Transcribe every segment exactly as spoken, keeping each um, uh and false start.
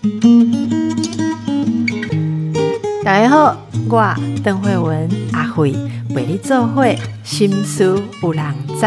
大家好，我邓惠文阿惠陪你做伙心事有人知。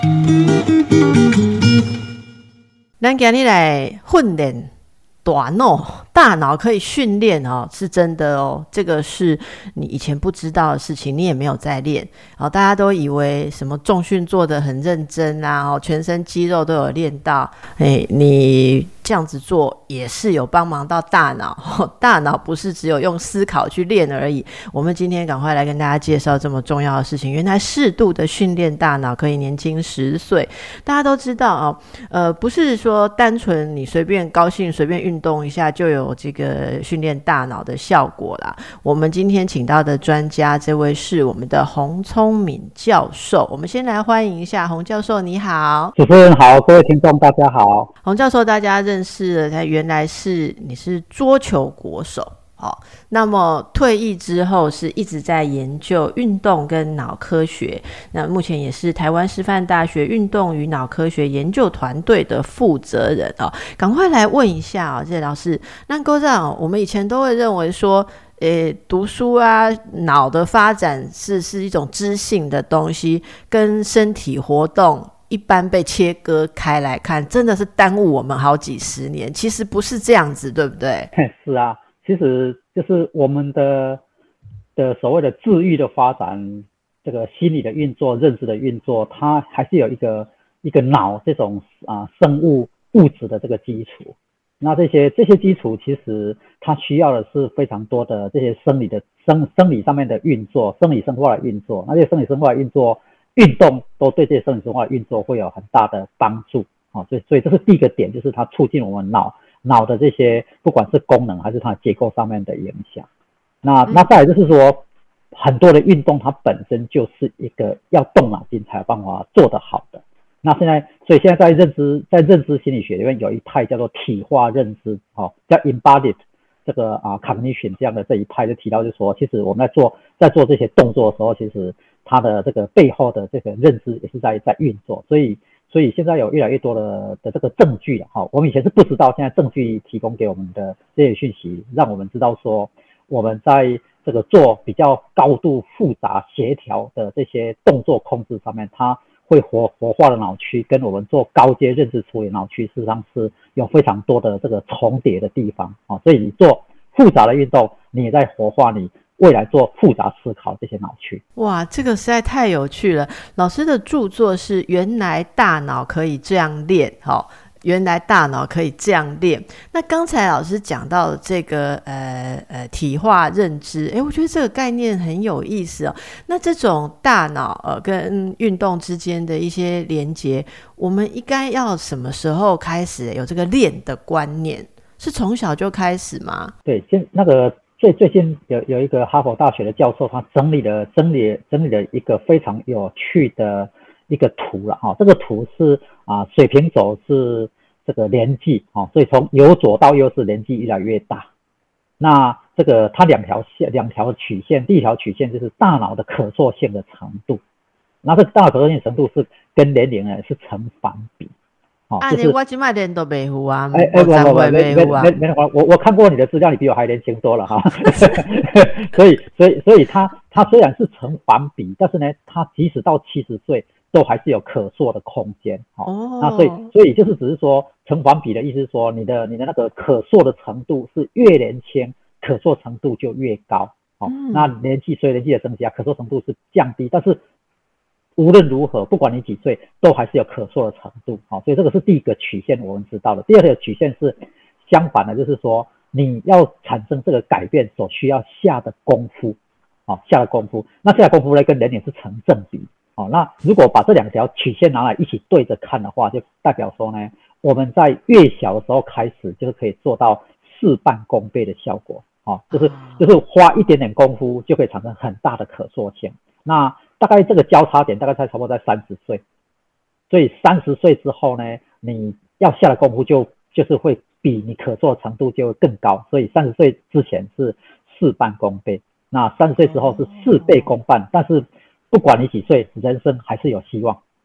咱今日来训练大脑，大脑可以训练哦，是真的哦。这个是你以前不知道的事情，你也没有在练哦。大家都以为什么重训做得很认真啊，哦，全身肌肉都有练到，哎，你这样子做也是有帮忙到大脑，哦，大脑不是只有用思考去练而已。我们今天赶快来跟大家介绍这么重要的事情。原来适度的训练大脑可以年轻十岁。大家都知道哦，呃，不是说单纯你随便高兴随便运动一下就有这个训练大脑的效果啦。我们今天请到的专家，这位是我们的洪聪敏教授。我们先来欢迎一下洪教授，你好。 主持人好，各位听众大家好。 洪教授大家认识了，他原来是你是桌球国手，哦，那么退役之后是一直在研究运动跟脑科学，那目前也是台湾师范大学运动与脑科学研究团队的负责人哦。赶快来问一下哦，这老师，那郭长，我们以前都会认为说，诶，读书啊，脑的发展是是一种知性的东西，跟身体活动一般被切割开来看，真的是耽误我们好几十年。其实不是这样子，对不对？ 是啊，其实就是我们的的所谓的智育的发展，这个心理的运作、认知的运作，它还是有一个一个脑这种啊生物物质的这个基础。那这些这些基础，其实它需要的是非常多的这些生理的生生理上面的运作，生理生化的运作。那这些生理生化的运作，运动都对这些生理生化的运作会有很大的帮助。哦，所以所以这是第一个点，就是它促进我们脑脑的这些不管是功能还是它的结构上面的影响。那那再来就是说，很多的运动它本身就是一个要动脑筋才有办法做得好的。那现在，所以现在在认知在认知心理学里面有一派叫做体化认知，哦，叫 embodied 这个啊 cognition 这样的这一派就提到，就是说，其实我们在做在做这些动作的时候，其实它的这个背后的这个认知也是在在运作。所以所以现在有越来越多的的这个证据了，哈，我们以前是不知道，现在证据提供给我们的这些讯息，让我们知道说，我们在这个做比较高度复杂协调的这些动作控制上面，它会活活化的脑区跟我们做高阶认知处理脑区，事实上是有非常多的这个重叠的地方啊。所以你做复杂的运动，你也在活化你未来做复杂思考这些脑区。 哇，这个实在太有趣了。老师的著作是原来大脑可以这样练，哦，原来大脑可以这样练。那刚才老师讲到这个呃呃体化认知，诶，我觉得这个概念很有意思哦。那这种大脑呃跟运动之间的一些连结，我们应该要什么时候开始有这个练的观念？是从小就开始吗？ 对，现那个最最近有有一个哈佛大学的教授，他整理了整理整理了一个非常有趣的一个图了哈。这个图是啊水平轴是这个年纪啊，所以从由左到右是年纪越来越大。那这个它两条线两条曲线，第一条曲线就是大脑的可塑性的程度，那这个大脑可塑性程度是跟年龄呢是成反比。 啊，就是我现在练都不好啊， 哎哎，我我没没没没我我看过你的资料，你比我还年轻多了哈。所以所以所以他他虽然是成反比，但是呢，他即使到七十岁都还是有可塑的空间。哦，那所以所以就是只是说成反比的意思是说，你的你的那个可塑的程度是越年轻，可塑程度就越高。哦，嗯，那年纪随年纪的增加，可塑程度是降低，但是无论如何，不管你几岁，都还是有可塑的程度。好，所以这个是第一个曲线我们知道的。第二个曲线是相反的，就是说你要产生这个改变所需要下的功夫，好，下的功夫，那下的功夫呢跟年龄是成正比。好，那如果把这两条曲线拿来一起对着看的话，就代表说呢，我们在越小的时候开始，就是可以做到事半功倍的效果。好，就是就是花一点点功夫就可以产生很大的可塑性。那大概这个交叉点大概才差不多在三十岁，所以三十岁之后呢，你要下的功夫就就是会比你可塑程度就会更高，所以三十岁之前是事半功倍，那三十岁之后是事倍功半，但是不管你几岁，人生还是有希望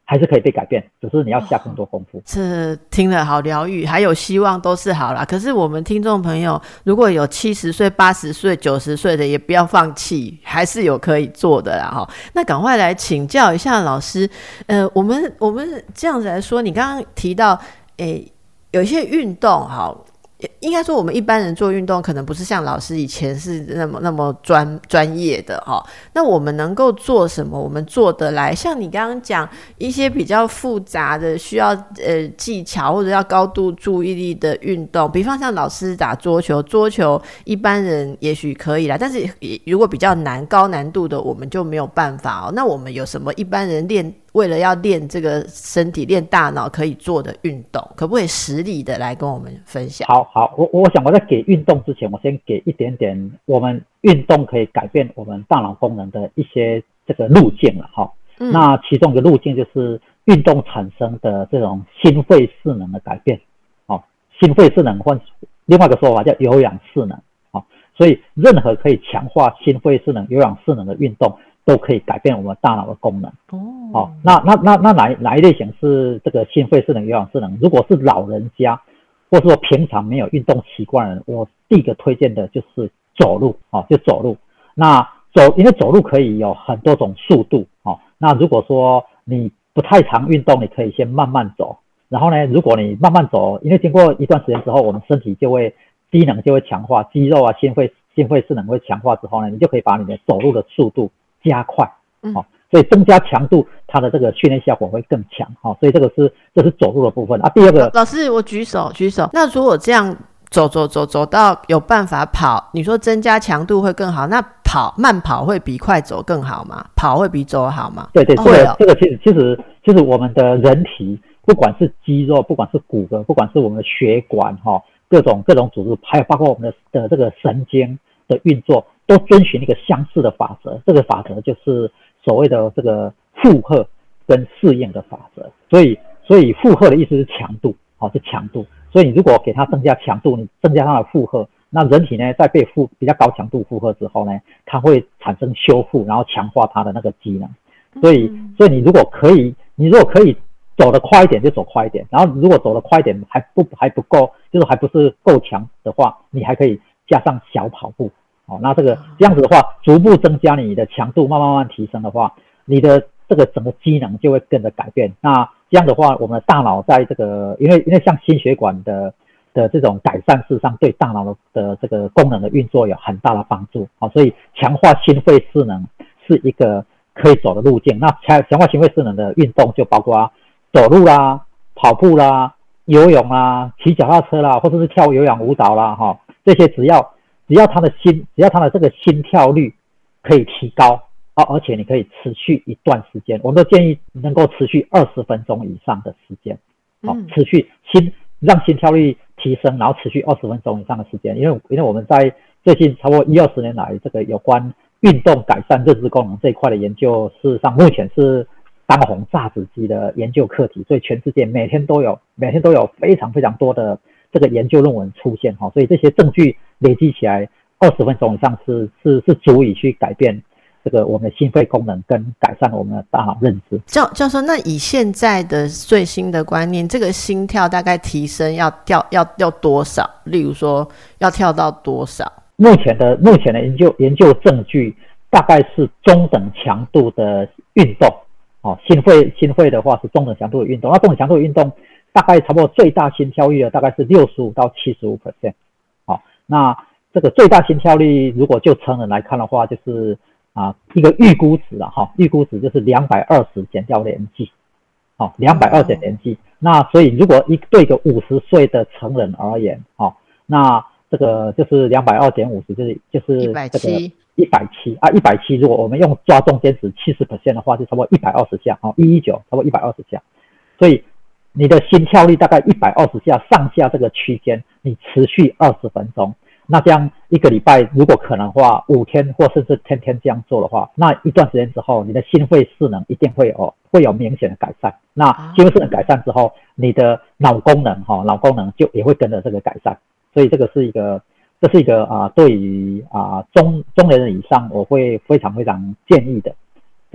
还是可以被改变，只是你要下更多功夫。 这听了好疗愈，还有希望都是好啦。可是我们听众朋友如果有七十岁、八十岁、九十岁的，也不要放弃，还是有可以做的啦齁。那赶快来请教一下老师，呃，我们我们这样子来说，你刚刚提到，诶，有一些运动好。应该说我们一般人做运动可能不是像老师以前是那么那么专专业的齁。那我们能够做什么？我们做得来？像你刚刚讲一些比较复杂的需要呃技巧或者要高度注意力的运动，比方像老师打桌球，桌球一般人也许可以啦，但是如果比较难高难度的我们就没有办法哦。那我们有什么一般人练为了要练这个身体练大脑可以做的运动，可不可以实力的来跟我们分享？ 好好，我我想我在给运动之前，我先给一点点我们运动可以改变我们大脑功能的一些这个路径了哈。嗯、那其中一个路径就是运动产生的这种心肺势能的改变。哦，心肺势能或另外一个说法叫有氧势能。哦，所以任何可以强化心肺势能、有氧势能的运动，都可以改变我们大脑的功能。哦，哦那那那那哪哪一类型是这个心肺势能、有氧势能？如果是老人家，或者说平常没有运动习惯的人，我第一个推荐的就是走路。哦，就走路。那走，因为走路可以有很多种速度。哦，那如果说你不太常运动，你可以先慢慢走。然后呢，如果你慢慢走，因为经过一段时间之后，我们身体就会机能就会强化，肌肉啊、心肺心肺势能会强化之后呢，你就可以把你的走路的速度加快。哦，所以增加强度，它的这个训练效果会更强。哦，所以这个是这是走路的部分啊。第二个， 老师，我举手举手。那如果这样走走走走到有办法跑，你说增加强度会更好，那跑慢跑会比快走更好吗？跑会比走好吗？ 对对，这个、哦、这个其实其实其实我们的人体，不管是肌肉，不管是骨骼，不管是我们的血管哈、哦，各种各种组织，还有包括我们的的这个神经的运作，都遵循一个相似的法则。这个法则就是所谓的这个负荷跟适应的法则。所以所以负荷的意思是强度，好、哦、是强度。所以你如果给它增加强度，你增加它的负荷，那人体呢在被负比较高强度负荷之后呢，它会产生修复，然后强化它的那个机能。所以所以你如果可以，你如果可以走得快一点就走快一点，然后如果走得快一点还不还不够，就是还不是够强的话，你还可以加上小跑步。哦，那这个这样子的话，逐步增加你的强度，慢慢慢慢提升的话，你的这个整个机能就会跟着改变。那这样的话，我们的大脑在这个，因为因为像心血管的的这种改善，事实上对大脑的的这个功能的运作有很大的帮助。好、哦，所以强化心肺势能是一个可以走的路径。那强强化心肺势能的运动就包括走路啦、跑步啦、游泳啦、骑脚踏车啦，或者是跳有氧舞蹈啦，哈、哦，这些只要只要他的心，只要他的这个心跳率可以提高。哦，而且你可以持续一段时间，我们都建议能够持续二十分钟以上的时间。好、哦，持续心让心跳率提升，然后持续二十分钟以上的时间。因为因为我们在最近超过一二十年来，这个有关运动改善认知功能这一块的研究，事实上目前是当红炸子鸡的研究课题，所以全世界每天都有每天都有非常非常多的这个研究论文出现。哈、哦，所以这些证据累积起来，二十分钟以上是是是足以去改变这个我们的心肺功能跟改善我们的大脑认知。 教教授，那以现在的最新的观念，这个心跳大概提升要跳要要多少？例如说要跳到多少？ 目前的目前的研究研究证据大概是中等强度的运动。哦，心肺心肺的话是中等强度的运动，那中等强度的运动大概差不多最大心跳率的大概是六十五到七十五 percent。好，那这个最大心跳率如果就成人来看的话，就是啊，一个预估值啊，哈，预估值就是两百二十减掉年纪，好、哦，两百二十减年纪。那所以如果一对一个五十岁的成人而言，哦，那这个就是两百二减五十，就是就是这个一百七啊，一百七。如果我们用抓中间值七十 percent 的话，就差不多一百二十下，哦，一一九，差不多一百二十下。所以你的心跳率大概一百二十下上下这个区间，你持续二十分钟。那这样一个礼拜如果可能的话，五天或甚至天天这样做的话，那一段时间之后，你的心肺势能一定会有会有明显的改善。那心肺势能改善之后，你的脑功能哈、哦，脑功能就也会跟着这个改善。所以这个是一个，这是一个啊、呃，对于啊、呃、中中年人以上，我会非常非常建议的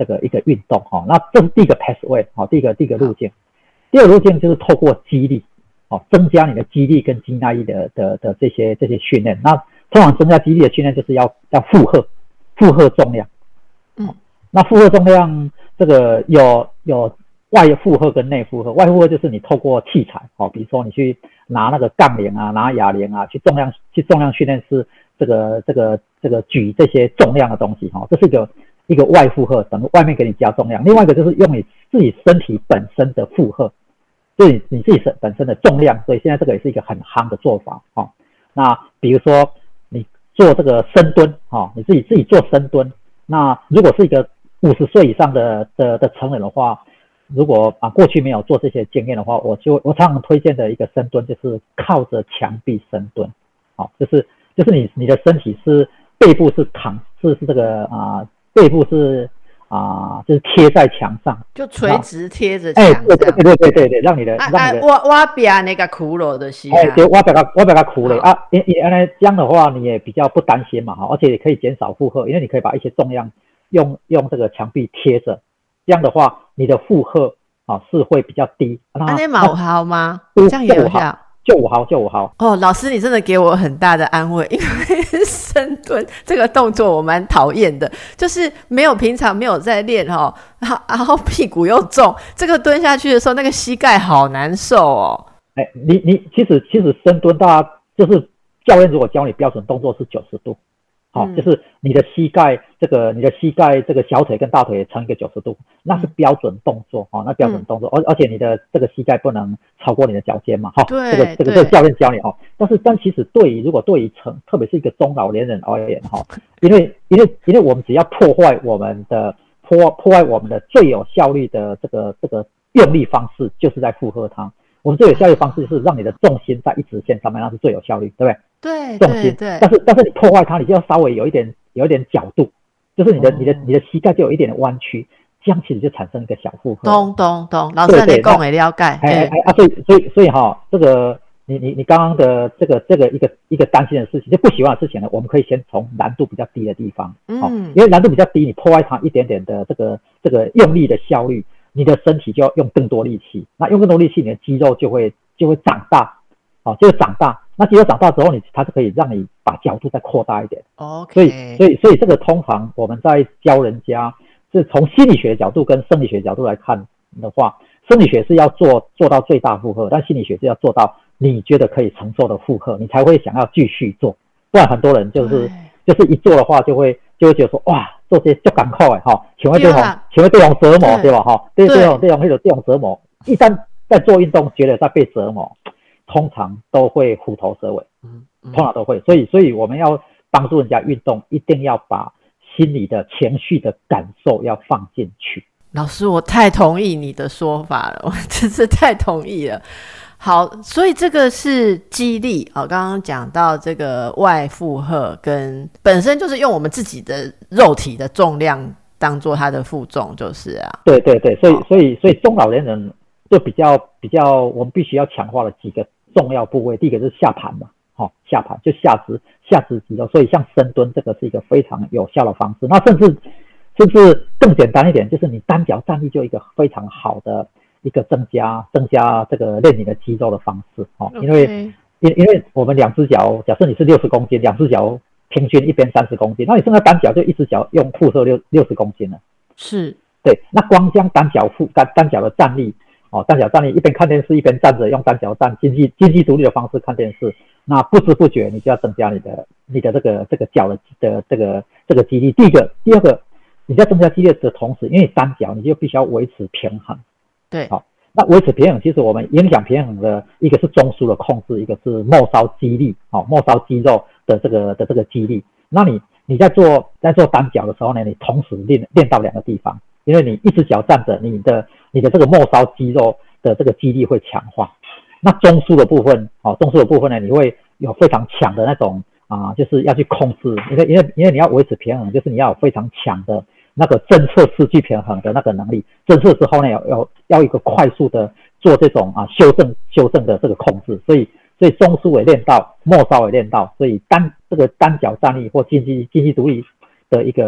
这个一个运动哈、哦。那这是第一个 pathway 好、哦，第一个第一个路径。第二个路径就是透过肌力哦，增加你的肌力跟肌耐力的的的这些这些训练。那通常增加肌力的训练就是要要负荷负荷重量。嗯、哦，那负荷重量这个有有外负荷跟内负荷。外负荷就是你透过器材哦，比如说你去拿那个杠铃啊，拿哑铃啊，去重量去重量训练是这个这个这个举这些重量的东西哈、哦，这是一个一个外负荷，等于外面给你加重量。另外一个就是用你自己身体本身的负荷，就是你自己本身的重量。所以现在这个也是一个很夯的做法哦。那比如说你做这个深蹲哦，你自己自己做深蹲。那如果是一个五十岁以上的的的成人的话，如果啊过去没有做这些经验的话，我就我常常推荐的一个深蹲就是靠着墙壁深蹲，好、哦，就是就是你你的身体是背部是躺是是这个啊背部是啊就是贴在墙上， 就垂直贴着墙， 哎，对对对对对对，让你的、啊、让你的我我边那个骷髅的是， 哎，对，我比较我比较苦嘞啊，因因为这样的话你也比较不担心嘛哈，而且也可以减少负荷，因为你可以把一些重量用用这个墙壁贴着。这样的话，你的负荷啊是会比较低。 那那有效吗？这样也有效， 就五毫，就五毫。 哦，老师，你真的给我很大的安慰，因为深蹲这个动作我蛮讨厌的，就是没有平常没有在练哈、哦，然后屁股又重，这个蹲下去的时候，那个膝盖好难受哦。 哎，你你其实其实深蹲，大家就是教练如果教你标准动作是九十度。好、哦嗯，就是你的膝盖这个，你的膝盖这个小腿跟大腿成一个九十度，那是标准动作哦，那标准动作，而、嗯、而且你的这个膝盖不能超过你的脚尖嘛，哈、哦，这个这个这个教练教你哦。但是但其实对于如果对于成特别是一个中老年人而言哈、哦，因为因为因为我们只要破坏我们的破破坏我们的最有效率的这个这个用力方式，就是在负荷它。我们最有效率方式是让你的重心在一直线上面，那是最有效率，对不对？ 对， 重心。 对， 但是但是你破坏它，你就要稍微有一点有一点角度，就是你的、哦、你的你的膝盖就有一点弯曲，这样其实就产生一个小负荷。 懂懂懂，老师你讲的了解。 哎哎哎啊，所以所以所以哈、哦，这个你你你刚刚的这个这个一个一个担心的事情，就不喜欢的事情呢，我们可以先从难度比较低的地方，嗯，哦、因为难度比较低，你破坏它一点点的这个这个用力的效率。你的身体就要用更多力气，那用更多力气，你的肌肉就会就会长大，哦，就会长大。那肌肉长大之后，你它是可以让你把角度再扩大一点。 OK。 所以所以所以这个通常我们在教人家是从心理学的角度跟生理学的角度来看的话，生理学是要做做到最大负荷，但心理学是要做到你觉得可以承受的负荷，你才会想要继续做。不然很多人就是就是一做的话就会就会觉得说哇。做这些就赶快哈，请问对方，请问对方折磨对吧？哈，对对对，对方会有这种折磨。一旦在做运动，觉得在被折磨，通常都会虎头蛇尾，嗯，通常都会。所以，所以我们要帮助人家运动，一定要把心理的情绪的感受要放进去。 老师，我太同意你的说法了，我真是太同意了。好，所以这个是肌力哦，刚刚讲到这个外负荷跟本身就是用我们自己的肉体的重量当做它的负重，就是啊。 对对对，所以、哦、所以所以中老年人就比较比较，我们必须要强化的几个重要部位，第一个是下盘嘛，好、哦，下盘就下肢下肢肌肉，所以像深蹲这个是一个非常有效的方式。那甚至甚至更简单一点，就是你单脚站立就一个非常好的。一个增加增加这个练你的肌肉的方式哦，因为、okay. 因因为我们两只脚，假设你是六十公斤，两只脚平均一边三十公斤，那你剩下单脚就一只脚用负荷六六十公斤了， 是， 对，那光将单脚负单单脚的站立哦，单脚站立一边看电视一边站着，用单脚站经济经济独立的方式看电视，那不知不觉你就要增加你的你的这个这个脚的的这个这个肌力。第一个，第二个，你在增加肌力的同时，因为单脚你就必须要维持平衡。 对， 好，那维持平衡，其实我们影响平衡的一个是中枢的控制，一个是末梢肌力，好，末梢肌肉的这个的这个肌力。那你你在做在做单脚的时候呢，你同时练练到两个地方，因为你一只脚站着，你的你的这个末梢肌肉的这个肌力会强化。那中枢的部分，好，中枢的部分呢，你会有非常强的那种啊，就是要去控制，因为因为因为你要维持平衡，就是你要有非常强的。那个侦测失去平衡的那个能力，侦测之后呢，要要要一个快速的做这种啊修正修正的这个控制，所以所以中枢也练到，末梢也练到，所以单这个单脚站立或经济经济独立的一个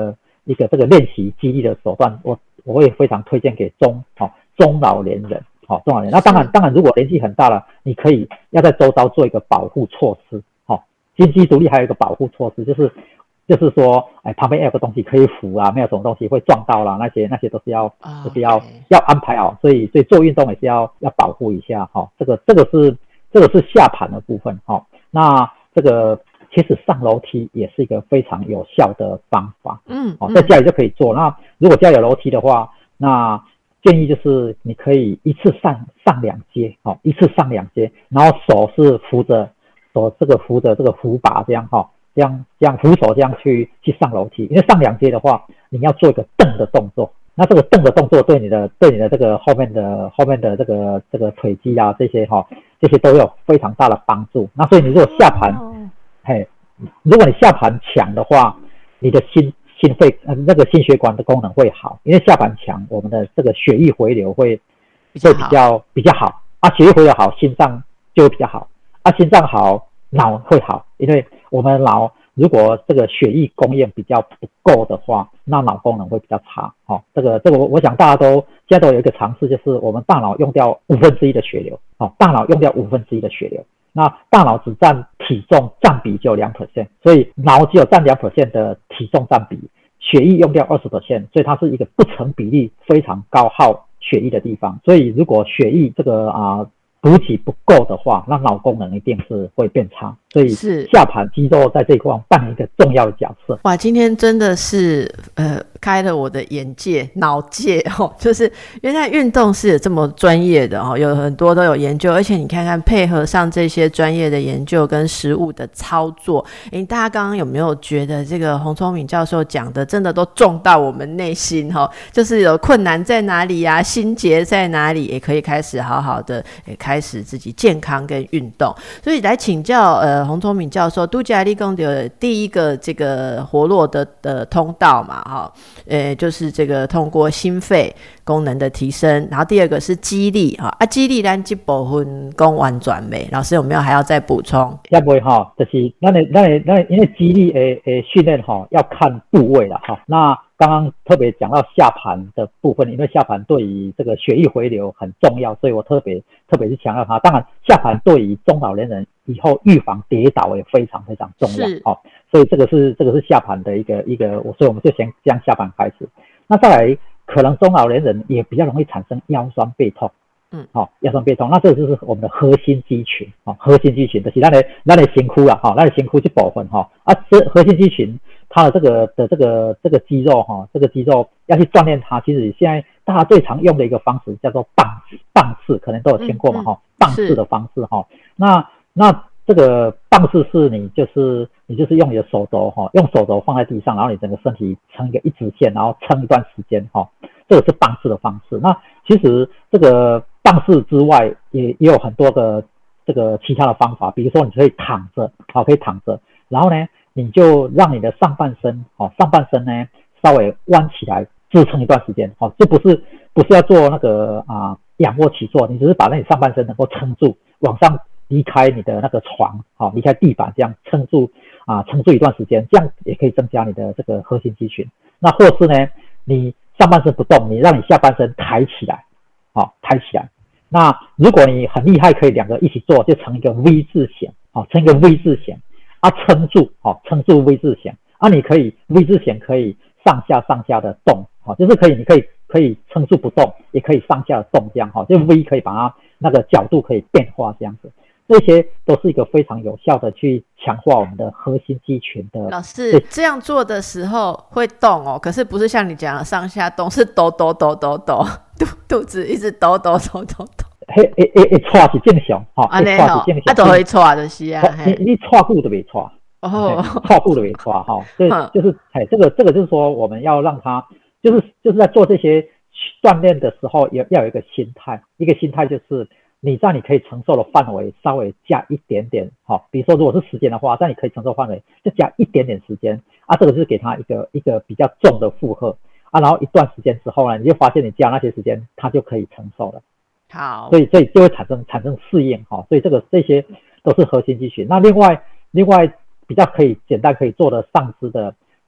一个这个练习肌力的手段，我我会非常推荐给中哦中老年人。好、哦，中老年人。那当然，当然，如果年纪很大了，你可以要在周遭做一个保护措施。好、哦，金鸡独立还有一个保护措施，就是就是说，哎，旁边要有个东西可以扶啊，没有什么东西会撞到啦，那些那些都是要、oh, 都是要 okay. 要安排好。所以所以做运动也是要要保护一下哈、哦。这个这个是这个是下盘的部分哈、哦。那这个其实上楼梯也是一个非常有效的方法。嗯，哦，在家里就可以做。那如果家里有楼梯的话，那建议就是你可以一次上上两阶，好、哦，一次上两阶，然后手是扶着手这个扶着这个扶把这样哈、哦，这样这样扶手这样去去上楼梯。因为上两阶的话，你要做一个蹬的动作，那这个蹬的动作对你的对你的这个后面的后面的这个这个腿肌啊这些哈、哦，这些都有非常大的帮助。那所以你如果下盘，哦、嘿，如果你下盘强的话，你的心。心肺呃那个心血管的功能会好，因为下盘强，我们的这个血液回流会会比较比较好啊，血液回流好，心脏就会比较好啊，心脏好，脑会好，因为我们脑如果这个血液供应比较不够的话，那脑功能会比较差。哦，这个这个我我想大家都现在都有一个尝试，就是我们大脑用掉五分之一的血流，哦，大脑用掉五分之一的血流。那大脑只占体重占比只有 百分之二， 所以脑只有占 百分之二 的体重占比，血液用掉 百分之二十， 所以它是一个不成比例非常高耗血液的地方。所以如果血液这个啊补给不够的话，那脑功能一定是会变差。所以下盘肌肉在这一块扮演一个重要的角色。 哇，今天真的是呃开了我的眼界脑界哦，就是原来运动是有这么专业的哦，有很多都有研究，而且你看看配合上这些专业的研究跟实务的操作，诶，大家刚刚有没有觉得这个洪聪敏教授讲的真的都中到我们内心哦？就是有困难在哪里啊，心结在哪里，也可以开始好好的也开始自己健康跟运动。所以来请教呃洪聪敏教授，拄才你讲的第一个这个活络的的通道嘛，哈，呃，就是这个通过心肺功能的提升，然后第二个是肌力哈，啊，肌力咱这部分讲完全没，老师有没有还要再补充？ 也不会哈，就是咱的咱的咱因为肌力诶诶训练哈要看部位了哈，那。刚刚特别讲到下盘的部分，因为下盘对于这个血液回流很重要，所以我特别特别是强调它。当然，下盘对于中老年人以后预防跌倒也非常非常重要哦。所以这个是这个是下盘的一个一个，所以我们就先将下盘开始。那再来，可能中老年人也比较容易产生腰酸背痛。嗯，好、哦，腰酸背痛，那这个就是我们的核心肌群，哦，核心肌群就是咱的咱的身躯啦，哈、哦，咱的身躯这部分哈、哦，啊，这核心肌群它的这个的这个这个肌肉哈、哦，这个肌肉要去锻炼它，其实现在大家最常用的一个方式叫做棒棒式，可能都有听过嘛，哈、嗯嗯，棒式的方式哈、哦，那那这个棒式是你就是你就是用你的手肘哈、哦，用手肘放在地上，然后你整个身体撑一个一直线，然后撑一段时间哈、哦，这个是棒式的方式。那其实这个棒式之外也也有很多的这个其他的方法，比如说你可以躺着，好，可以躺着，然后呢，你就让你的上半身，哦，上半身呢稍微弯起来支撑一段时间，哦，这不是不是要做那个啊仰卧起坐，你只是把那你上半身能够撑住，往上离开你的那个床，好、哦，离开地板，这样撑住啊撑住一段时间，这样也可以增加你的这个核心肌群。那或是呢，你上半身不动，你让你下半身抬起来。好、哦，抬起来。那如果你很厉害，可以两个一起做，就成一个 V 字形，好、哦，成一个 V 字形啊，撑住，好、哦，撑住 V 字形啊，你可以 V 字形可以上下上下的动，好、哦，就是可以，你可以可以撑住不动，也可以上下的动，这样哈、哦，就 V 可以把它那个角度可以变化这样子。这些都是一个非常有效的去强化我们的核心肌群的。 老师这样做的时候会动哦，可是不是像你讲的上下动，是抖抖抖抖抖，肚肚子一直抖抖抖抖抖。 嘿，会会会喘是正常，哈， 会喘是正常。啊，就会喘就是啊。 你你喘久就没喘，哦，喘久就没喘哈。所以就是哎，这个这个就是说，我们要让他就是就是在做这些锻炼的时候，要要有一个心态，一个心态就是。你在你可以承受的范围稍微加一点点，好、哦，比如说如果是时间的话，在你可以承受范围就加一点点时间啊，这个就是给他一个一个比较重的负荷啊，然后一段时间之后呢，你就发现你加那些时间，他就可以承受了。 好， 所以所以就会产生产生适应哈、哦，所以这个这些都是核心肌群。那另外另外比较可以简单可以做的上肢的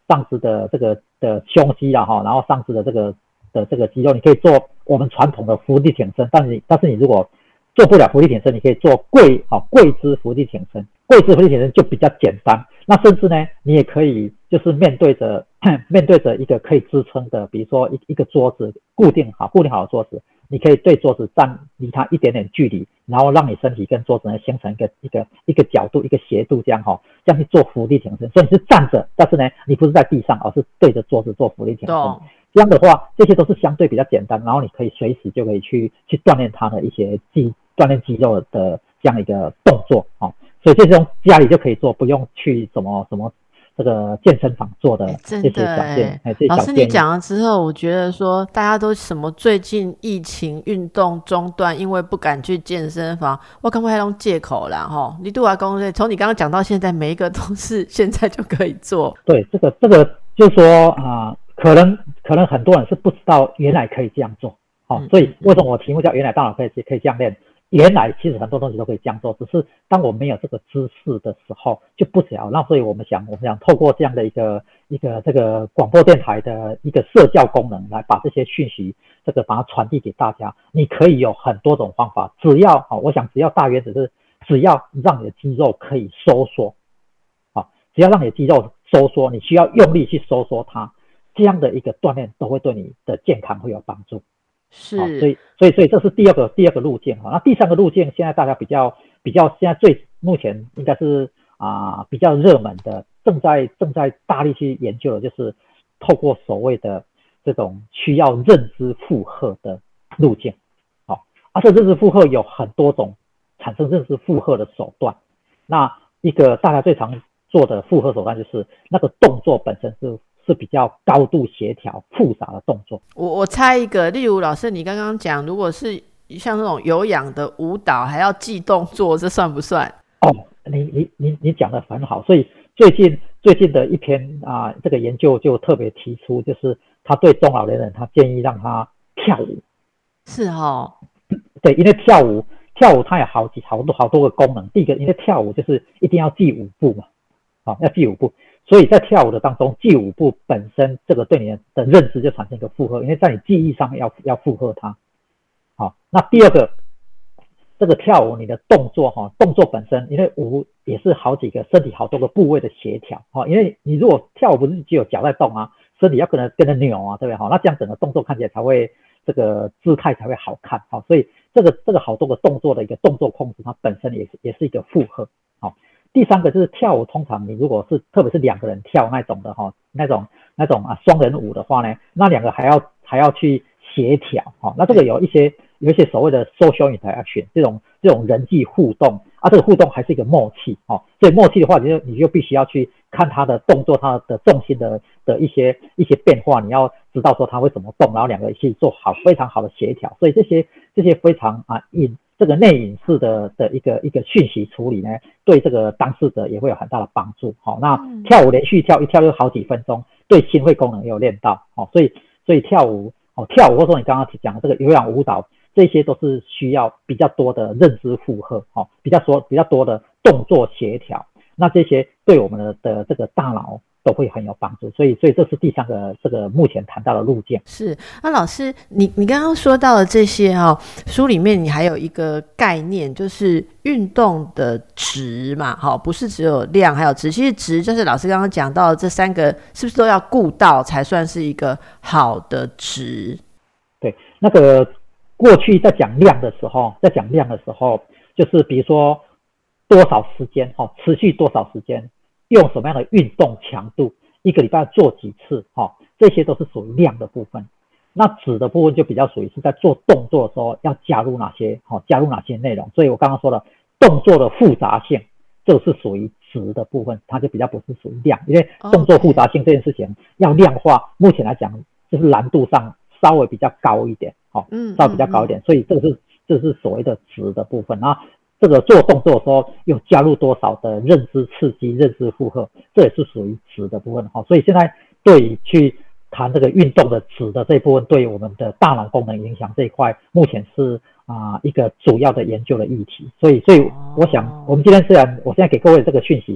上肢的这个的胸肌啦哈，然后上肢的这个的这个肌肉，你可以做我们传统的伏地挺身，但是你但是你如果做不了伏地挺身，你可以做跪好跪姿伏地挺身，跪姿伏地挺身就比较简单。那甚至呢，你也可以就是面对着面对着一个可以支撑的，比如说一一个桌子固定好固定好的桌子，你可以对桌子站离它一点点距离，然后让你身体跟桌子呢形成一个一个一个角度一个斜度，这样哈，这样去做伏地挺身。所以你是站着，但是呢你不是在地上，而是对着桌子做伏地挺身。这样的话，这些都是相对比较简单，然后你可以随时就可以去去锻炼它的一些肌锻炼肌肉的这样一个动作啊。所以这种家里就可以做，不用去什么什么这个健身房做的这些小建议。 老师你讲了之后，我觉得说大家都什么最近疫情运动中断，因为不敢去健身房，我感觉那种借口啦齁。你对我讲，从你刚刚讲到现在，每一个都是现在就可以做。 对，这个这个就是说啊、呃，可能可能很多人是不知道原来可以这样做，好、哦嗯，所以为什么我题目叫原来大脑可以可以这样练？原来其实很多东西都可以这样做，只是当我们没有这个知识的时候就不晓得。那所以我们想，我们想透过这样的一个一个这个广播电台的一个社交功能，来把这些讯息这个把它传递给大家。你可以有很多种方法，只要啊，我想只要大约只是只要让你的肌肉可以收缩，啊，只要让你的肌肉收缩，你需要用力去收缩它，这样的一个锻炼都会对你的健康会有帮助。 是， 哦、所以所以所以这是第二个第二个路径哈。那第三个路径，现在大家比较比较现在最目前应该是啊、呃、比较热门的，正在正在大力去研究的，就是透过所谓的这种需要认知负荷的路径。好、哦，而且认知负荷有很多种产生认知负荷的手段。那一个大家最常做的负荷手段就是那个动作本身是。是比较高度协调复杂的动作。 我我猜一个，例如老师你刚刚讲，如果是像那种有氧的舞蹈还要记动作，这算不算？ 哦，你你你你讲得很好。所以最近最近的一篇啊、呃，这个研究就特别提出，就是他对中老年人，他建议让他跳舞。 是哦， 对，因为跳舞跳舞它有好几好多好多个功能。第一个，因为跳舞就是一定要记舞步嘛，好、哦，要记舞步。所以在跳舞的当中，记舞步本身这个对你的认知就产生一个负荷，因为在你记忆上要要负荷它。好，那第二个，这个跳舞你的动作哈，动作本身，因为舞也是好几个身体好多个部位的协调哈，因为你如果跳舞不是只有脚在动啊，身体要跟着跟着扭啊，对不对？好，那这样整个动作看起来才会这个姿态才会好看。好，所以这个这个好多个动作的一个动作控制，它本身也是也是一个负荷。好。第三个就是跳舞，通常你如果是特别是两个人跳那种的哈，那种那种啊双人舞的话呢，那两个还要还要去协调哈，那这个有一些有一些所谓的 social interaction 这种这种人际互动啊，这个互动还是一个默契哈，所以默契的话，你就你就必须要去看他的动作，他的重心的的一些一些变化，你要知道说他会怎么动，然后两个一起做好非常好的协调，所以这些这些非常啊隐。这个内隐式的的一个一个讯息处理呢，对这个当事者也会有很大的帮助。好、哦，那跳舞连续跳一跳就好几分钟，对心肺功能也有练到。哦，所以所以跳舞哦跳舞或者说你刚刚讲的这个有氧舞蹈，这些都是需要比较多的认知负荷，哦，比较说比较多的动作协调。那这些对我们的的这个大脑都会很有帮助，所以所以这是第三个这个目前谈到的路径。 是，那老师你你刚刚说到的这些哦，书里面你还有一个概念，就是运动的质嘛，哈、哦，不是只有量还有质，其实质就是老师刚刚讲到的这三个，是不是都要顾到才算是一个好的质？ 对，那个过去在讲量的时候，在讲量的时候，就是比如说多少时间，哈、哦，持续多少时间。用什么样的运动强度，一个礼拜做几次、哦、这些都是属于量的部分。那质的部分就比较属于是在做动作的时候要加入哪些、哦、加入哪些内容。所以我刚刚说了动作的复杂性，这是属于质的部分，它就比较不是属于量，因为动作复杂性这件事情要量化，目前来讲就是难度上稍微比较高一点、哦、稍微比较高一点，所以这个是这是所谓的质的部分。那这个做动作的时候又加入多少的认知刺激、认知负荷，这也是属于质的部分。所以现在对于去谈这个运动的质的这一部分，对我们的大脑功能影响这一块，目前是啊、呃、一个主要的研究的议题。所以，所以我想，我们今天虽然我现在给各位这个讯息是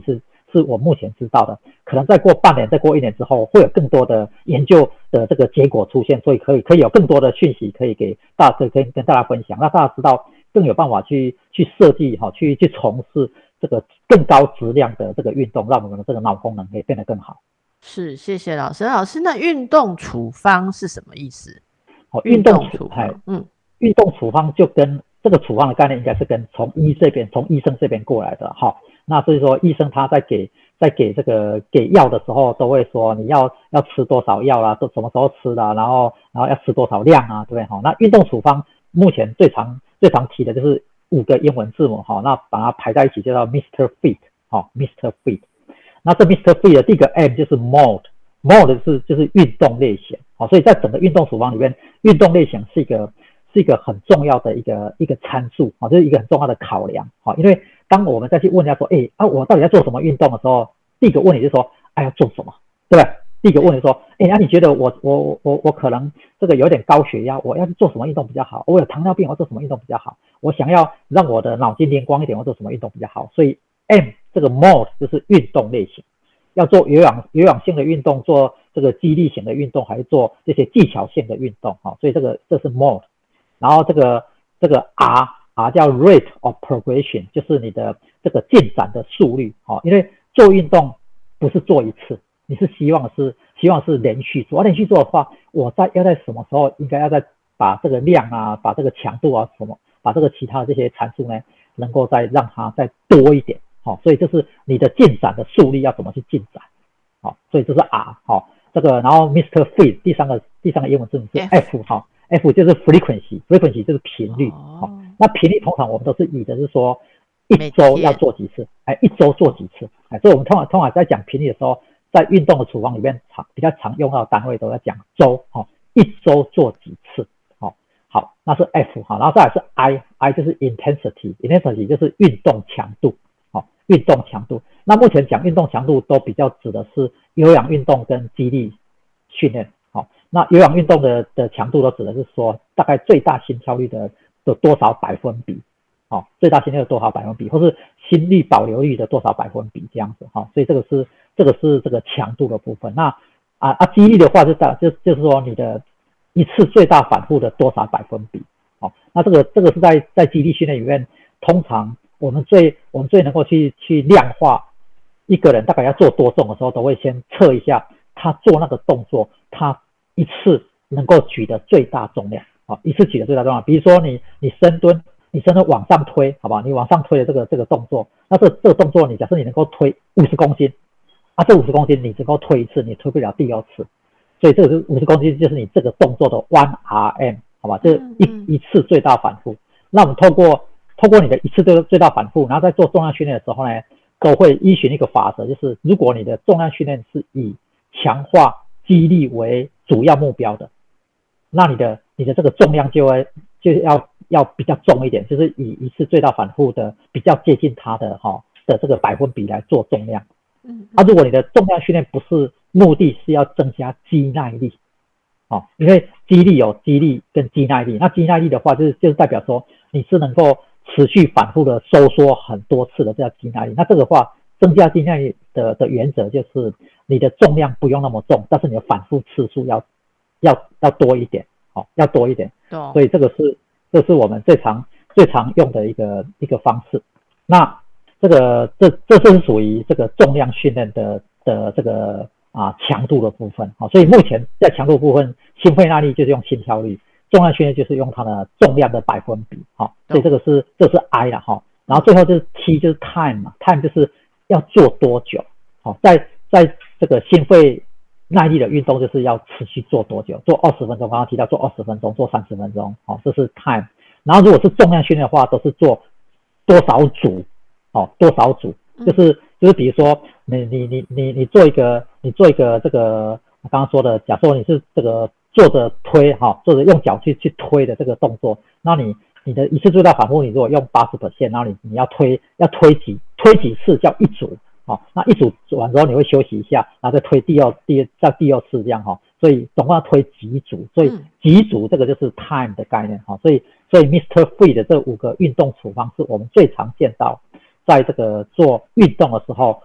是我目前知道的，可能再过半年再过一年之后会有更多的研究的这个结果出现，所以可以可以有更多的讯息可以给大可以跟跟大家分享，让大家知道更有办法去去设计哈，去去从事这个更高质量的这个运动，让我们的这个脑功能可以变得更好。 是，谢谢老师。老师，那运动处方是什么意思？ 哦，运动处方，嗯，运动处方就跟这个处方的概念应该是跟从医这边从医生这边过来的哈。那所以说医生他在给在给这个给药的时候都会说你要要吃多少药啦，都什么时候吃的，然后然后要吃多少量啊，对不对哈？那运动处方目前最常最常提的就是五个英文字母哈，那把它排在一起就叫 Mister Fit 哈 ，Mister Fit。那这 Mister Fit 的第一个 M 就是 Mode，Mode 是就是运动类型，好，所以在整个运动处方里面，运动类型是一个是一个很重要的一个一个参数，好，就是一个很重要的考量，好，因为当我们再去问人家说，哎，啊，我到底在做什么运动的时候，第一个问题就是说，哎，要做什么，对不对？第一个问题说，哎，那、啊、你觉得我我我我可能这个有点高血压，我要去做什么运动比较好？我有糖尿病，我做什么运动比较好？我想要让我的脑筋灵光一点，我做什么运动比较好？所以 M 这个 mode 就是运动类型，要做有氧有氧性的运动，做这个肌力型的运动，还是做这些技巧性的运动啊？所以这个这是 mode， 然后这个这个 R R 叫 rate of progression， 就是你的这个进展的速率啊，因为做运动不是做一次，你是希望是希望是连续做，连续做的话，我在要在什么时候应该要再把这个量啊，把这个强度啊什么，把这个其他的这些参数呢，能够再让它再多一点。好，所以这是你的进展的速率要怎么去进展，好，所以这是 R， 好，这个然后 Mister Fit 第三个第三个英文字母是 F， 好 ，F 就是 frequency，frequency 就是频率，好，哦，那频率通常我们都是以的是说一周要做几次，哎，一周做几次，哎，所以我们通常通常在讲频率的时候，在运动的处方里面常比较常用到的单位都在讲周，好，一周做几次，好，好，那是 F， 好，然后再来是 I，I 就是 intensity，intensity 就是运动强度。运动强度，那目前讲运动强度都比较指的是有氧运动跟肌力训练，好，那有氧运动的的强度都指的是说大概最大心跳率的的多少百分比，好，最大心跳的多少百分比，或是心率保留率的多少百分比这样子，好，所以这个是这个是这个强度的部分。那啊啊肌力的话就大就就是说你的一次最大反复的多少百分比，好，那这个这个是在在肌力训练里面通常。我们最我们最能够去去量化一个人大概要做多重的时候，都会先测一下他做那个动作，他一次能够举的最大重量，好，一次举的最大重量。比如说你你深蹲，你深蹲往上推，好不好？你往上推的这个这个动作，那这这个动作你假设你能够推五十公斤，啊，这五十公斤你能够推一次，你推不了第二次，所以这个是五十公斤就是你这个动作的 one R M， 好吧？这一一次最大反复。那我们透过透过你的一次最最大反复，然后在做重量训练的时候呢，都会依循一个法则，就是如果你的重量训练是以强化肌力为主要目标的，那你的你的这个重量就会就要要比较重一点，就是以一次最大反复的比较接近它的哈、哦、的这个百分比来做重量。嗯，啊，如果你的重量训练不是目的是要增加肌耐力，哦，因为肌力有肌力跟肌耐力，那肌耐力的话就是就是代表说你是能够持续反复的收缩很多次的，这叫肌耐力。那这个话，增加肌耐力的的原则就是你的重量不用那么重，但是你的反复次数要要要多一点，好、哦，要多一点。哦、所以这个是这是我们最常最常用的一个一个方式。那这个这这是属于这个重量训练的的这个啊强度的部分，好、哦，所以目前在强度部分，心肺耐力就是用心跳率。重量训练就是用它的重量的百分比，好，所以这个是这是 I 啦，哈，然后最后就是 T 就是 time 嘛 ，time 就是要做多久，好，在在这个心肺耐力的运动就是要持续做多久，做二十分钟，刚刚提到做二十分钟，做三十分钟，好，这是 time， 然后如果是重量训练的话，都是做多少组，好，多少组，就是就是比如说你你你你你做一个你做一个这个我刚刚说的，假设你是这个。坐着推哈，坐着用脚去去推的这个动作，那你你的一次最大反复，你如果用 百分之八十， 然后你你要推要推几推几次叫一组，好，那一组做完之后你会休息一下，然后再推第二第再第二次这样哈，所以总共要推几组，所以几组这个就是 time 的概念哈，所以所以 Mister Fit 的这五个运动处方是我们最常见到，在这个做运动的时候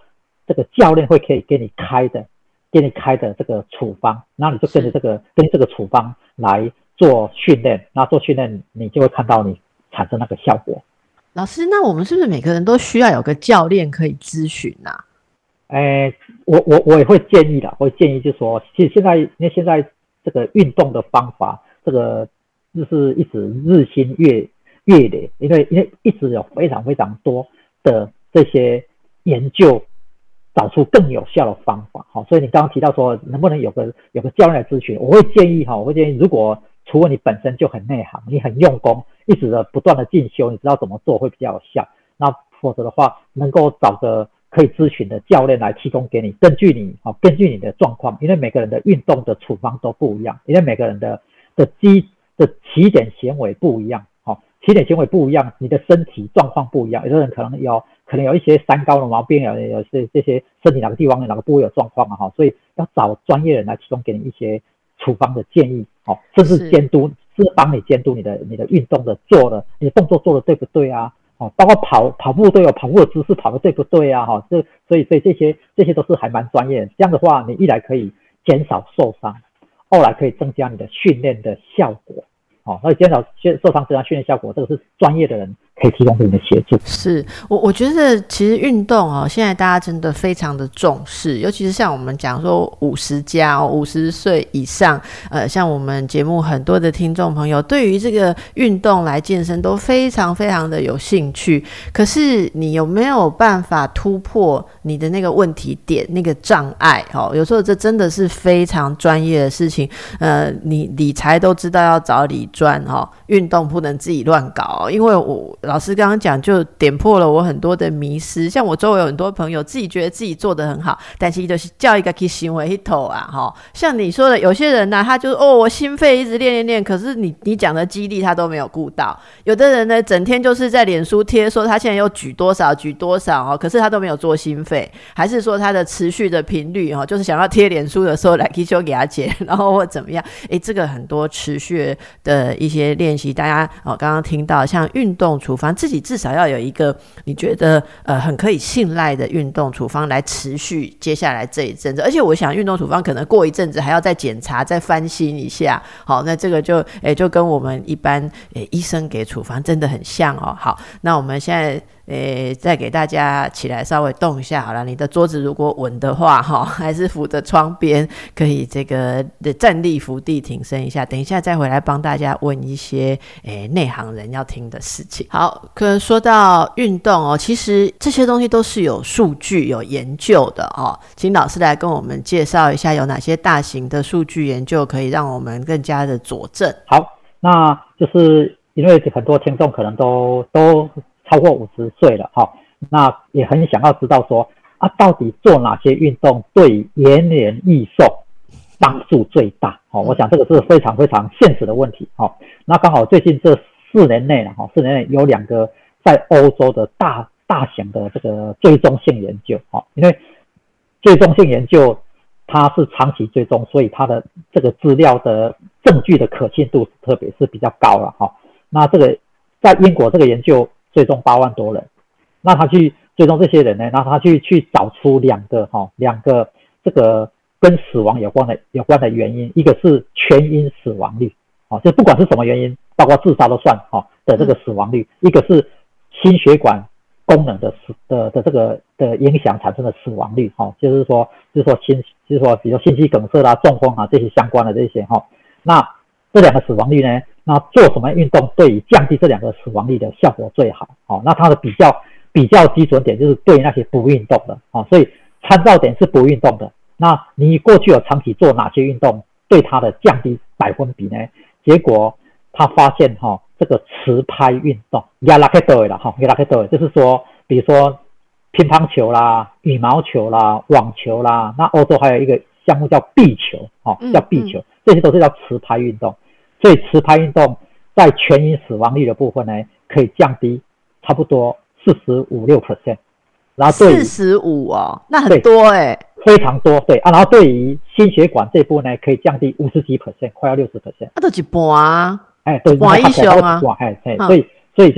这个教练会可以给你开的给你开的这个处方，然后你就跟着这个跟这个处方来做训练，然后做训练你就会看到你产生那个效果。 老师，那我们是不是每个人都需要有个教练可以咨询啊？ 诶，我我我也会建议的，我会建议就是说，其实现在因为现在这个运动的方法，这个就是一直日新月月累，因为因为一直有非常非常多的这些研究找出更有效的方法。好，所以你刚刚提到说能不能有个有个教练来咨询，我会建议哈，我会建议如果除了你本身就很内行，你很用功，一直的不断的进修，你知道怎么做会比较有效。那否则的话，能够找个可以咨询的教练来提供给你，根据你哦，根据你的状况，因为每个人的运动的处方都不一样，因为每个人的的基的起点行为不一样，哦，起点行为不一样，你的身体状况不一样，有的人可能有可能有一些三高的毛病，有有些这些身体哪个地方哪个部位有状况啊，哈，所以要找专业人来提供给你一些处方的建议，哦，甚至监督，是帮你监督你的你的运动的做的，你的动作做的对不对啊？哦，包括跑跑步都有跑步的姿势跑的对不对啊？哈、哦，这所以所以这些这些都是还蛮专业的。这样的话，你一来可以减少受伤，二来可以增加你的训练的效果。哦，所以减少受伤增加训练效果，这个是专业的人可以提供给你的协助。 是我我觉得其实运动哦，现在大家真的非常的重视，尤其是像我们讲说五十加哦，五十岁以上，呃，像我们节目很多的听众朋友，对于这个运动来健身都非常非常的有兴趣。可是你有没有办法突破你的那个问题点、那个障碍？哦，有时候这真的是非常专业的事情。呃，你理财都知道要找理专哦，运动不能自己乱搞，因为我老师刚刚讲就点破了我很多的迷思。像我周围有很多朋友自己觉得自己做得很好，但是就是叫一个去行为一头啊，齁，像你说的有些人呢、啊，他就哦我心肺一直练练练，可是你你讲的肌力他都没有顾到。有的人呢整天就是在脸书贴说他现在又举多少举多少哦，可是他都没有做心肺，还是说他的持续的频率哦，就是想要贴脸书的时候来去修给他剪，然后或怎么样。诶，这个很多持续的一些练习，大家哦刚刚听到像运动处方，自己至少要有一个你觉得呃很可以信赖的运动处方来持续接下来这一阵子。而且我想运动处方可能过一阵子还要再检查再翻新一下，好，那这个就诶就跟我们一般诶医生给处方真的很像哦。好，那我们现在诶，再给大家起来稍微动一下好了。你的桌子如果稳的话，哈，还是扶着窗边，可以这个站立伏地挺身一下。等一下再回来帮大家问一些诶内行人要听的事情。好，可能说到运动哦，其实这些东西都是有数据、有研究的哦。请老师来跟我们介绍一下，有哪些大型的数据研究可以让我们更加的佐证？ 好，那就是因为很多听众可能都都。超过五十岁了哈，那也很想要知道说啊，到底做哪些运动对延年益寿帮助最大？哦，我想这个是非常非常现实的问题。哦，那刚好最近这四年内了哈，四年内有两个在欧洲的大大型的这个追踪性研究。哦，因为追踪性研究它是长期追踪，所以它的这个资料的证据的可信度特别是比较高了哈。那这个在英国这个研究。追踪八万多人，那他去追踪这些人呢，然后他去去找出两个哈、哦、两个这个跟死亡有关的有关的原因，一个是全因死亡率，哦，就不管是什么原因，包括自杀都算哈、哦、的这个死亡率，一个是心血管功能的死的的这个的影响产生的死亡率，哈、哦，就是说就是说心就是说比如心肌梗塞啦、中风啊这些相关的这些哈、哦，那这两个死亡率呢？那做什么运动对于降低这两个死亡率的效果最好？哦，那它的比较比较基准点就是对于那些不运动的，哦，所以参照点是不运动的。那你过去有长期做哪些运动，对它的降低百分比呢？结果他发现哈、哦，这个持拍运动，压拉克多啦，哈，压拉克多，就是说，比如说乒乓球啦、羽毛球啦、网球啦，那欧洲还有一个项目叫壁球，哦，叫壁球，这些都是叫持拍运动。所以持拍运动在全因死亡率的部分呢，可以降低差不多四十五六 percent， 然后对四十五哦，那很多哎、欸， 非常多，对啊，然后对于心血管这一部分呢，可以降低五十几 percent， 快要六十 percent， 那都一半啊， 哎，对， 半以上啊， 哎哎，所以所以就是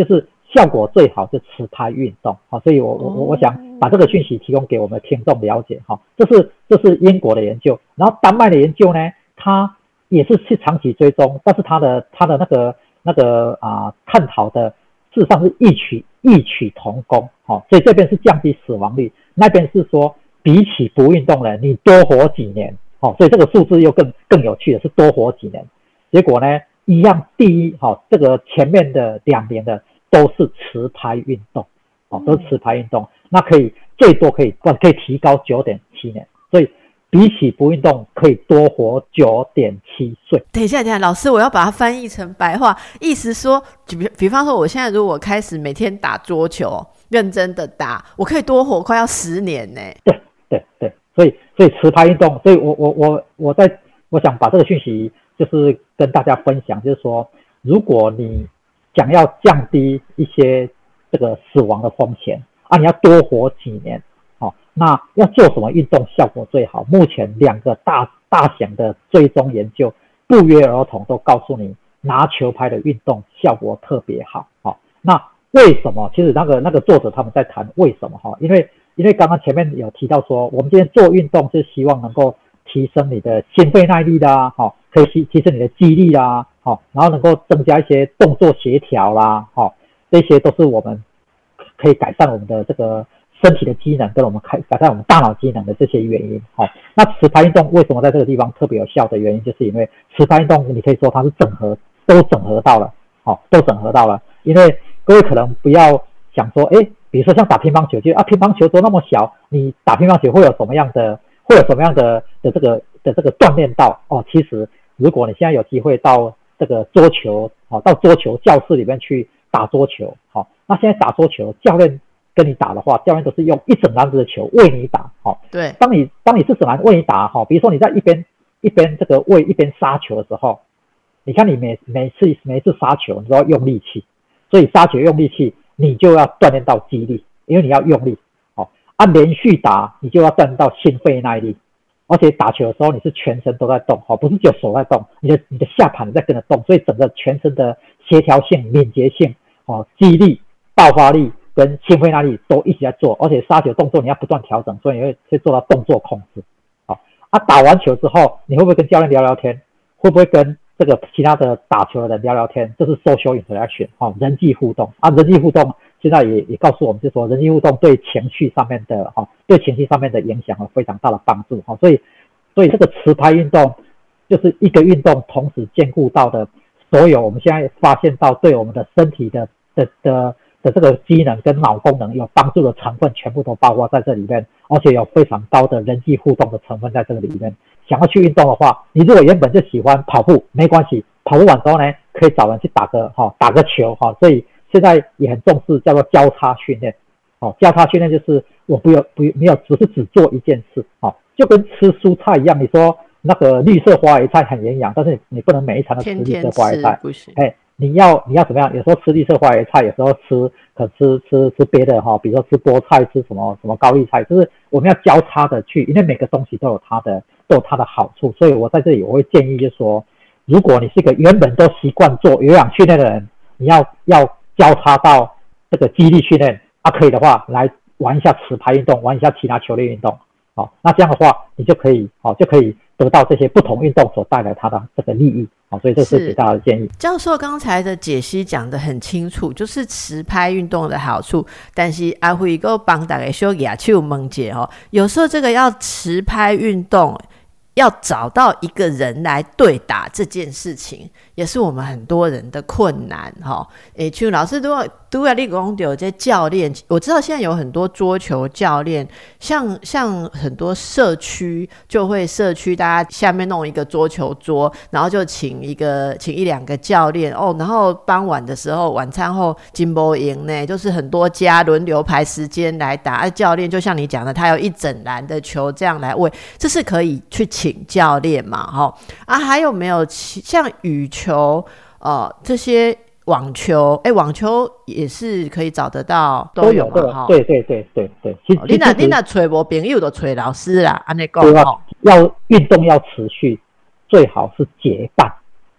效果最好是持拍运动。好，所以我我我想把这个讯息提供给我们的听众了解。哈，这是这是英国的研究，然后丹麦的研究呢，它也是去长期追踪，但是它的它的那个那个啊、呃、探讨的事实上是异曲异曲同工。好，所以这边是降低死亡率，那边是说比起不运动呢，你多活几年。好，所以这个数字又更更有趣的是多活几年。结果呢，一样第一，好，这个前面的两名的都是持拍运动，好，都是持拍运动，那可以最多可以可以提高 九点七年，所以比起不运动可以多活 九点七岁。 等一下，等一下，老师，我要把它翻译成白话，意思说，比比方说，我现在如果开始每天打桌球，认真的打，我可以多活快要十年呢。 对对对，所以所以持拍运动，所以我我我我在我想把这个讯息就是跟大家分享，就是说，如果你想要降低一些这个死亡的风险啊，你要多活几年，好、哦，那要做什么运动效果最好？目前两个大大型的追踪研究不约而同都告诉你，拿球拍的运动效果特别好。好、哦，那为什么？其实那个那个作者他们在谈为什么哈？因为因为刚刚前面有提到说，我们今天做运动是希望能够提升你的心肺耐力啦，哈、哦，可以提提升你的肌力啦，好、哦，然后能够增加一些动作协调啦，哈、哦，这些都是我们可以改善我们的这个身体的机能，跟我们改改善我们大脑机能的这些原因。好、哦，那持拍运动为什么在这个地方特别有效的原因，就是因为持拍运动你可以说它是整合，都整合到了，好、哦，都整合到了。因为各位可能不要想说，哎，比如说像打乒乓球，就啊乒乓球都那么小，你打乒乓球会有什么样的，会有什么样的的这个的这个锻炼到哦？其实如果你现在有机会到这个桌球，好、哦，到桌球教室里面去打桌球，好、哦，那现在打桌球，教练跟你打的话，教练都是用一整篮子的球喂你打，好、哦， 对， 当你当你这整篮喂你打，哈、哦，比如说你在一边一边这个喂一边杀球的时候，你看你每每次每次杀球，你都要用力气，所以杀球用力气，你就要锻炼到肌力，因为你要用力，好、哦，按连续打，你就要锻炼到心肺耐力。而且打球的时候你是全身都在动，不是只有手在动，你的你的下盘在跟着动，所以整个全身的协调性、敏捷性、肌力、爆发力跟心肺耐力都一起在做，而且杀球动作你要不断调整，所以你会会做到动作控制。好，啊，打完球之后，你会不会跟教练聊聊天？会不会跟这个其他的打球的人聊聊天？这是 social interaction， 哦，人际互动啊，人际互动。现在也也告诉我们，就是说人际互动对情绪上面的哈，对情绪上面的影响有非常大的帮助哈，所以所以这个持拍运动就是一个运动同时兼顾到的所有我们现在发现到对我们的身体的的的的这个机能跟脑功能有帮助的成分，全部都包括在这里面，而且有非常高的人际互动的成分在这个里面。想要去运动的话，你如果原本就喜欢跑步，没关系，跑步完之后呢，可以找人去打个哈打个球哈，所以。现在也很重视叫做交叉训练，哦，交叉训练就是我不有不没有只是只做一件事，哦，就跟吃蔬菜一样，你说那个绿色花椰菜很营养，但是你不能每一餐都吃绿色花椰菜， 不行， 哎，你要你要怎么样？有时候吃绿色花椰菜，有时候吃可吃吃吃别的哈、哦，比如说吃菠菜，吃什么什么高丽菜，就是我们要交叉的去，因为每个东西都有它的都有它的好处，所以我在这里我会建议就是说，如果你是一个原本都习惯做有氧训练的人，你要要交叉到这个肌力训练啊，可以的话来玩一下持拍运动，玩一下其他球类运动，好、哦，那这样的话你就可以，好、哦、就可以得到这些不同运动所带来它的这个利益，好、哦，所以这是给大家的建议。 教授刚才的解析讲得很清楚，就是持拍运动的好处，但是阿辉哥帮大家小野手问解哦，有时候这个要持拍运动。要找到一个人来对打这件事情，也是我们很多人的困难哈。诶，像老师都要都要你讲有这教练，我知道现在有很多桌球教练，像像很多社区就会社区大家下面弄一个桌球桌，然后就请一个请一两个教练哦，然后傍晚的时候晚餐后金波营呢，就是很多家轮流排时间来打，啊、教练就像你讲的，他有一整篮的球这样来喂，这是可以去请。请教练嘛，哈啊，还有没有像羽球、呃这些网球？哎，网球也是可以找得到，都有嘛，哈。对对对对对。哦、你那你那找无朋友就找老师啦，安尼讲哈。 要运动要持续，最好是结伴，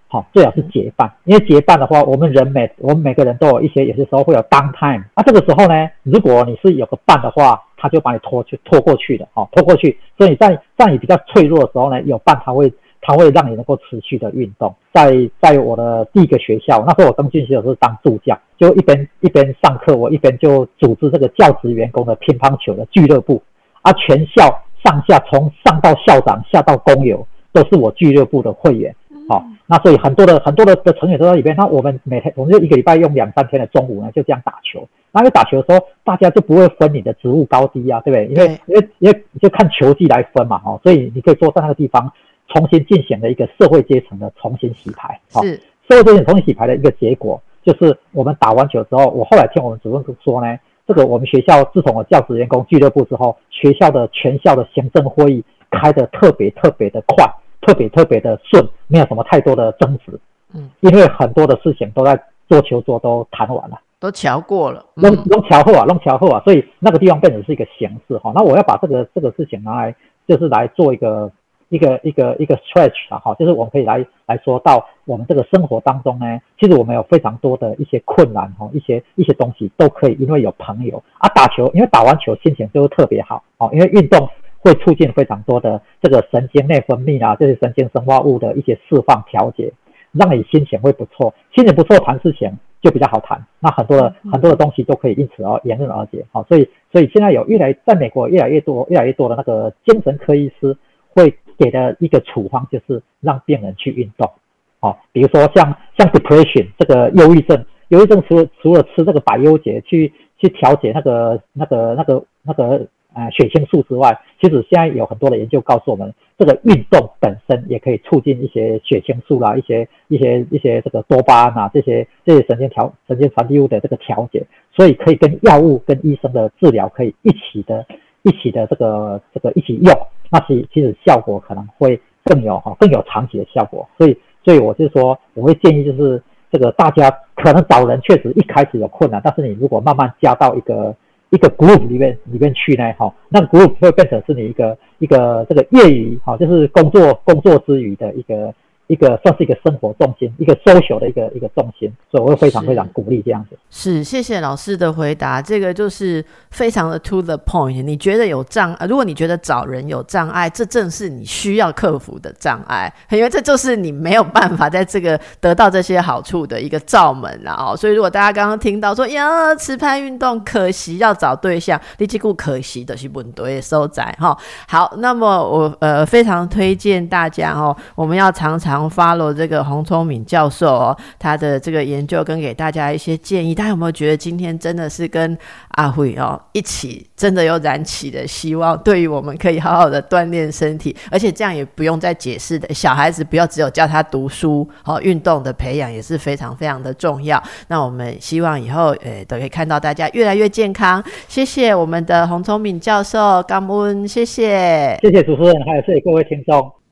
好、哦，最好是结伴，因为结伴的话，我们人每我们每个人都有一些，有些时候会有 downtime。那、啊、这个时候呢，如果你是有个伴的话，他就把你拖去拖过去的，哦，拖过去。所以在在你比较脆弱的时候呢，有伴他会他会让你能够持续的运动。在在我的第一个学校，那时候我刚进去的时候当助教，就一边一边上课，我一边就组织这个教职员工的乒乓球的俱乐部啊，全校上下从上到校长下到工友都是我俱乐部的会员。好、哦，那所以很多的很多的的成员都在里边。那我们每天我们就一个礼拜用两三天的中午呢，就这样打球。那在打球的时候，大家就不会分你的职务高低啊，对不对？因为因为因为你就看球技来分嘛，哦，所以你可以说在那个地方重新进行了一个社会阶层的重新洗牌。好、哦，社会阶层重新洗牌的一个结果，就是我们打完球之后，我后来听我们主任说呢，这个我们学校自从有教职员工俱乐部之后，学校的全校的行政会议开得特别特别的快。特别特别的顺，没有什么太多的争执，嗯，因为很多的事情都在做球做都谈完了， 都瞧过了， 弄弄瞧后啊，弄瞧后啊，所以那个地方变成是一个形式哈。那我要把这个这个事情拿来，就是来做一个一个一个一个 stretch 啊，哈，就是我们可以来来说到我们这个生活当中呢，其实我们有非常多的一些困难哈，一些一些东西都可以，因为有朋友啊，打球，因为打完球心情就会特别好哦，因为运动会促进非常多的这个神经内分泌啊，这些神经生化物的一些释放调节，让你心情会不错，心情不错谈事情就比较好谈，那很多的很多的东西都可以因此而迎刃而解。好、哦，所以所以现在有越来在美国越来越多越来越多的那个精神科医师会给的一个处方就是让病人去运动。哦，比如说像像 depression 这个忧郁症，忧郁症除了除了吃这个百忧解去去调节那个那个那个那个呃血清素之外，其实现在有很多的研究告诉我们，这个运动本身也可以促进一些血清素啦，一些一些一些这个多巴胺啊，这些这些神经调神经传递物的这个调节，所以可以跟药物跟医生的治疗可以一起的一起的这个这个一起用，那其其实效果可能会更有哈更有长期的效果。所以所以我就说我会建议就是这个大家可能找人确实一开始有困难，但是你如果慢慢加到一个一个 group 里面里面去呢，哈，那 group 会变成是你一个一个这个业余，哈，就是工作工作之余的一个一个算是一个生活重心，一个 social 的一个一个重心，所以我会非常非常鼓励这样子。 是，谢谢老师的回答，这个就是非常的 to the point。你觉得有障碍，如果你觉得找人有障碍，这正是你需要克服的障碍，因为这就是你没有办法在这个得到这些好处的一个罩门啊。所以如果大家刚刚听到说呀，持拍运动可惜要找对象，你这个可惜的是问对的所在哈。好，那么我呃非常推荐大家哦，我们要常常follow 这个洪聪敏教授哦，他的这个研究跟给大家一些建议。大家有没有觉得今天真的是跟阿慧哦一起真的有燃起的希望，对于我们可以好好的锻炼身体，而且这样也不用再解释的，小孩子不要只有教他读书哦，运动的培养也是非常非常的重要。那我们希望以后呃都可以看到大家越来越健康。谢谢我们的洪聪敏教授，感恩，谢谢， 谢谢主持人，还有谢谢各位听众。